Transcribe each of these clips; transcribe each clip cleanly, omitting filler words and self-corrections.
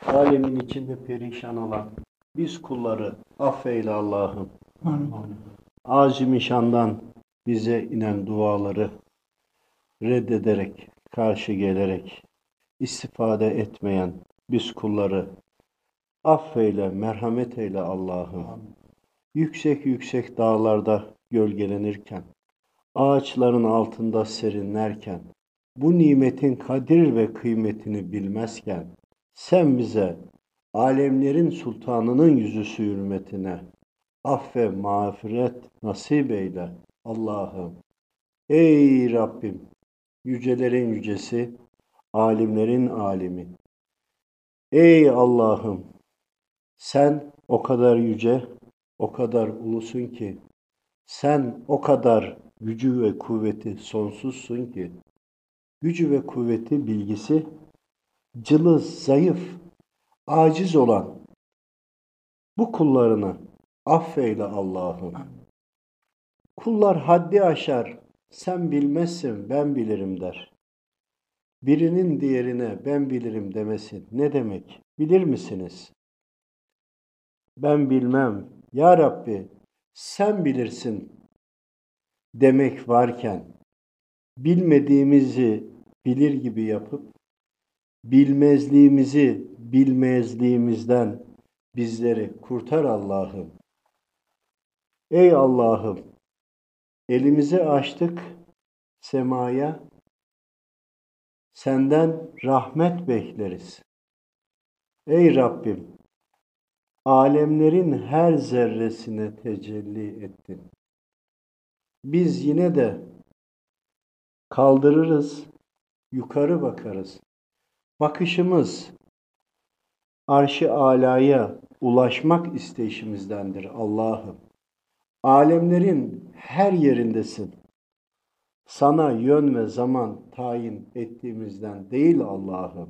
Alemin içinde perişan olan biz kulları affeyle Allah'ım. Amin. Azimüşşan'dan bize inen duaları reddederek, karşı gelerek, istifade etmeyen biz kulları affeyle, merhamet eyle Allah'ım. Yüksek yüksek dağlarda gölgelenirken, ağaçların altında serinlerken, bu nimetin kadir ve kıymetini bilmezken, sen bize alemlerin sultanının yüzüsü hürmetine aff ve mağfiret nasip eyle Allah'ım. Ey Rabbim, yücelerin yücesi, alimlerin alimi. Ey Allah'ım, sen o kadar yüce, o kadar ulusun ki, sen o kadar gücü ve kuvveti sonsuzsun ki, gücü ve kuvveti bilgisi, cılız, zayıf, aciz olan bu kullarını affeyle Allah'ım. Kullar haddi aşar, sen bilmezsin ben bilirim der. Birinin diğerine ben bilirim demesi ne demek bilir misiniz? Ben bilmem ya Rabbi sen bilirsin demek varken bilmediğimizi bilir gibi yapıp bilmezliğimizi bilmezliğimizden bizleri kurtar Allah'ım. Ey Allah'ım, elimizi açtık semaya, senden rahmet bekleriz. Ey Rabbim, alemlerin her zerresine tecelli ettin. Biz yine de kaldırırız, yukarı bakarız. Bakışımız arş-ı alaya ulaşmak isteyişimizdendir Allah'ım. Alemlerin her yerindesin. Sana yön ve zaman tayin ettiğimizden değil Allah'ım.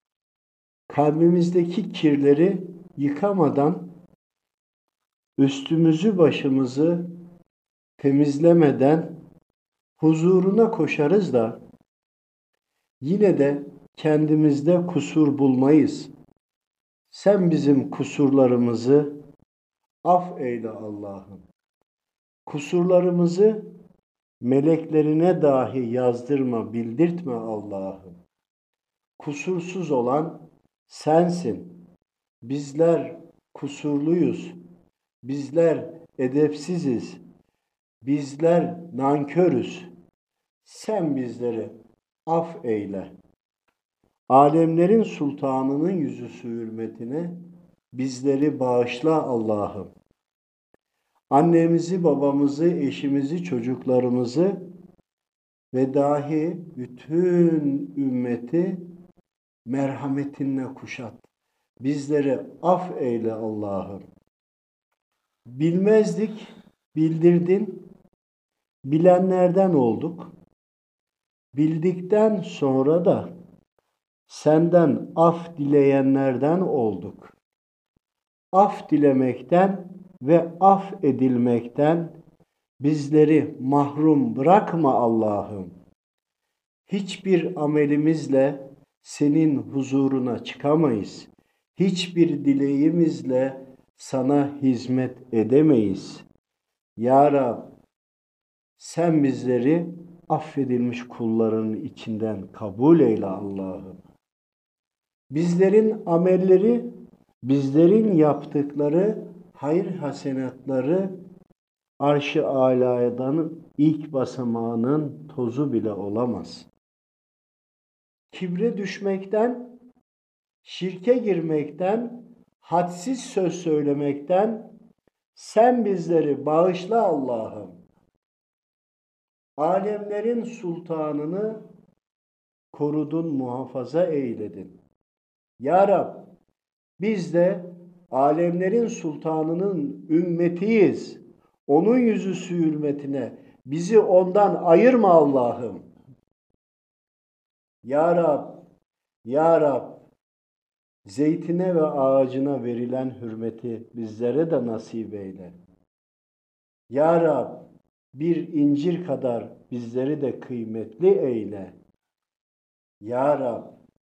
Kalbimizdeki kirleri yıkamadan, üstümüzü başımızı temizlemeden huzuruna koşarız da yine de kendimizde kusur bulmayız. Sen bizim kusurlarımızı af eyle Allah'ım. Kusurlarımızı meleklerine dahi yazdırma, bildirtme Allah'ım. Kusursuz olan sensin. Bizler kusurluyuz. Bizler edepsiziz. Bizler nankörüz. Sen bizleri af eyle. Alemlerin sultanının yüzüsü hürmetine bizleri bağışla Allah'ım. Annemizi, babamızı, eşimizi, çocuklarımızı ve dahi bütün ümmeti merhametinle kuşat. Bizleri af eyle Allah'ım. Bilmezdik, bildirdin, bilenlerden olduk. Bildikten sonra da senden af dileyenlerden olduk. Af dilemekten ve af edilmekten bizleri mahrum bırakma Allah'ım. Hiçbir amelimizle senin huzuruna çıkamayız. Hiçbir dileğimizle sana hizmet edemeyiz. Ya Rab, sen bizleri affedilmiş kulların içinden kabul eyle Allah'ım. Bizlerin amelleri, bizlerin yaptıkları hayır hasenatları arş-ı aladan ilk basamağının tozu bile olamaz. Kibre düşmekten, şirke girmekten, hadsiz söz söylemekten sen bizleri bağışla Allah'ım. Alemlerin sultanını korudun, muhafaza eyledin. Ya Rab, biz de alemlerin sultanının ümmetiyiz. Onun yüzüsü hürmetine bizi ondan ayırma Allah'ım. Ya Rab, Ya Rab, zeytine ve ağacına verilen hürmeti bizlere de nasip eyle. Ya Rab, bir incir kadar bizleri de kıymetli eyle. Ya Rab,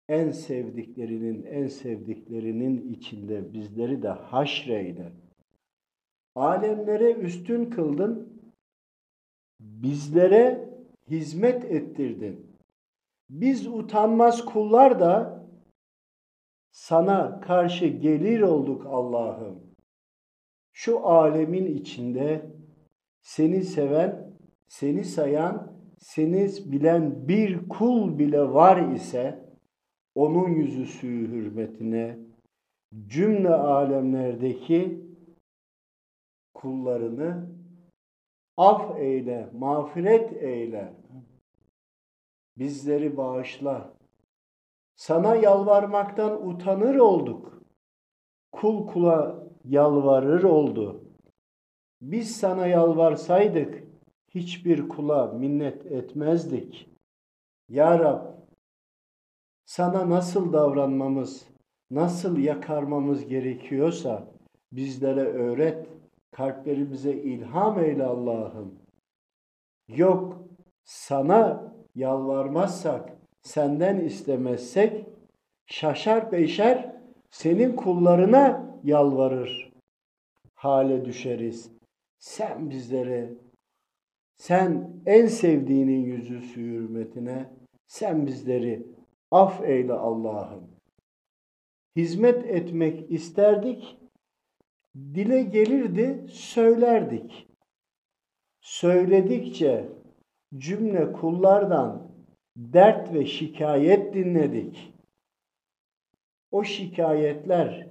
en sevdiklerinin içinde bizleri de haşreyle. Alemlere üstün kıldın, bizlere hizmet ettirdin. Biz utanmaz kullar da sana karşı gelir olduk Allah'ım. Şu alemin içinde seni seven, seni sayan, seni bilen bir kul bile var ise onun yüzü suyu hürmetine cümle alemlerdeki kullarını af eyle, mağfiret eyle. Bizleri bağışla. Sana yalvarmaktan utanır olduk. Kul kula yalvarır oldu. Biz sana yalvarsaydık hiçbir kula minnet etmezdik. Ya Rab, sana nasıl davranmamız, nasıl yakarmamız gerekiyorsa bizlere öğret, kalplerimize ilham eyle Allah'ım. Yok, sana yalvarmazsak, senden istemezsek, şaşar beşer senin kullarına yalvarır hale düşeriz. Sen bizlere, sen en sevdiğinin yüzü suyu hürmetine, sen bizleri af eyle Allah'ım. Hizmet etmek isterdik, dile gelirdi, söylerdik. Söyledikçe cümle kullardan dert ve şikayet dinledik. O şikayetler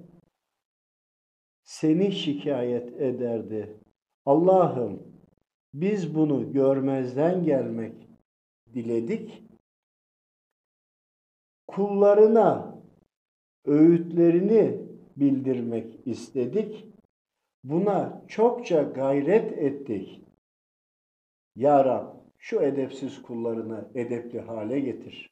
seni şikayet ederdi. Allah'ım biz bunu görmezden gelmek diledik. Kullarına öğütlerini bildirmek istedik. Buna çokça gayret ettik. Ya Rab, şu edepsiz kullarını edepli hale getir.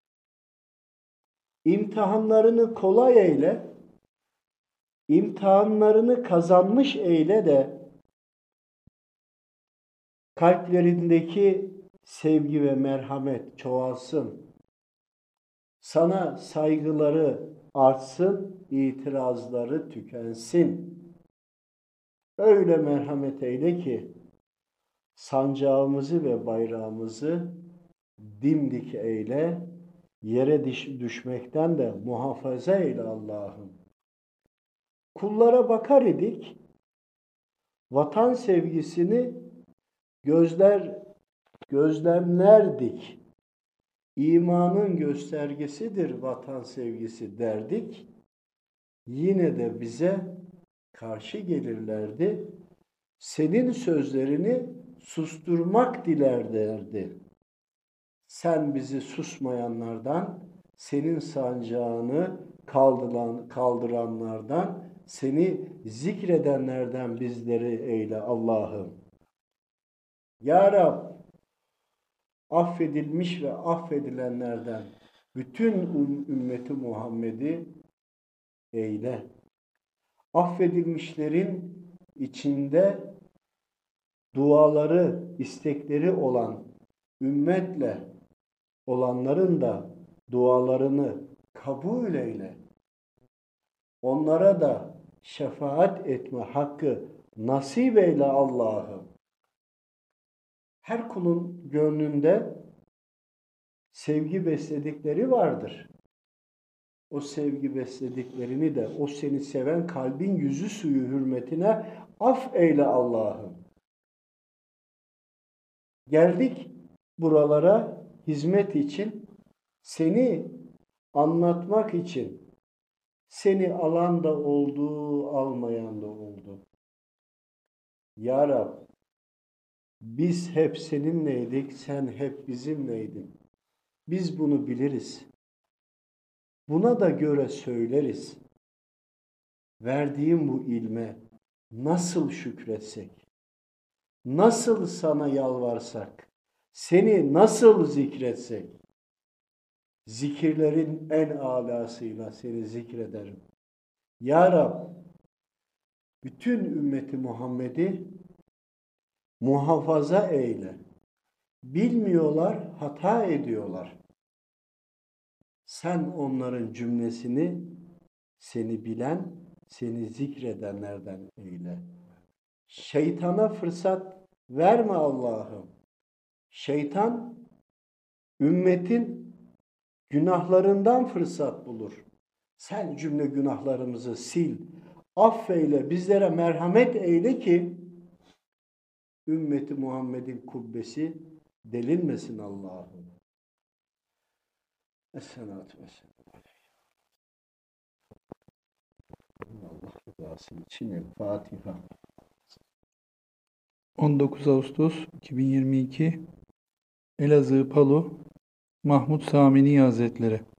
İmtihanlarını kolay eyle, imtihanlarını kazanmış eyle de kalplerindeki sevgi ve merhamet çoğalsın. Sana saygıları artsın, itirazları tükensin. Öyle merhamet eyle ki sancağımızı ve bayrağımızı dimdik eyle, yere düşmekten de muhafaza eyle Allah'ım. Kullara bakar idik, vatan sevgisini gözlemlerdik. İmanın göstergesidir vatan sevgisi derdik. Yine de bize karşı gelirlerdi. Senin sözlerini susturmak dilerlerdi. Sen bizi susmayanlardan, senin sancağını kaldıranlardan, seni zikredenlerden bizleri eyle Allah'ım. Ya Rab, affedilmiş ve affedilenlerden bütün ümmeti Muhammed'i eyle. Affedilmişlerin içinde duaları, istekleri olan ümmetle olanların da dualarını kabul eyle. Onlara da şefaat etme hakkı nasip eyle Allah'ım. Her kulun gönlünde sevgi besledikleri vardır. O sevgi beslediklerini de o seni seven kalbin yüzü suyu hürmetine af eyle Allah'ım. Geldik buralara hizmet için, seni anlatmak için, seni alan da oldu, almayan da oldu. Ya Rab, biz hep seninleydik, sen hep bizimleydin. Biz bunu biliriz. Buna da göre söyleriz. Verdiğim bu ilme nasıl şükretsek, nasıl sana yalvarsak, seni nasıl zikretsek, zikirlerin en âlasıyla seni zikrederim. Ya Rab, bütün ümmeti Muhammed'i muhafaza eyle. Bilmiyorlar, hata ediyorlar. Sen onların cümlesini seni bilen, seni zikredenlerden eyle. Şeytana fırsat verme Allah'ım. Şeytan ümmetin günahlarından fırsat bulur. Sen cümle günahlarımızı sil, affeyle, bizlere merhamet eyle ki ümmeti Muhammed'in kubbesi delinmesin Allah'ım. Esselatu vesselam. Allah rızası için El Fatiha. 19 Ağustos 2022 Elazığ Palu Mahmud Samini Hazretleri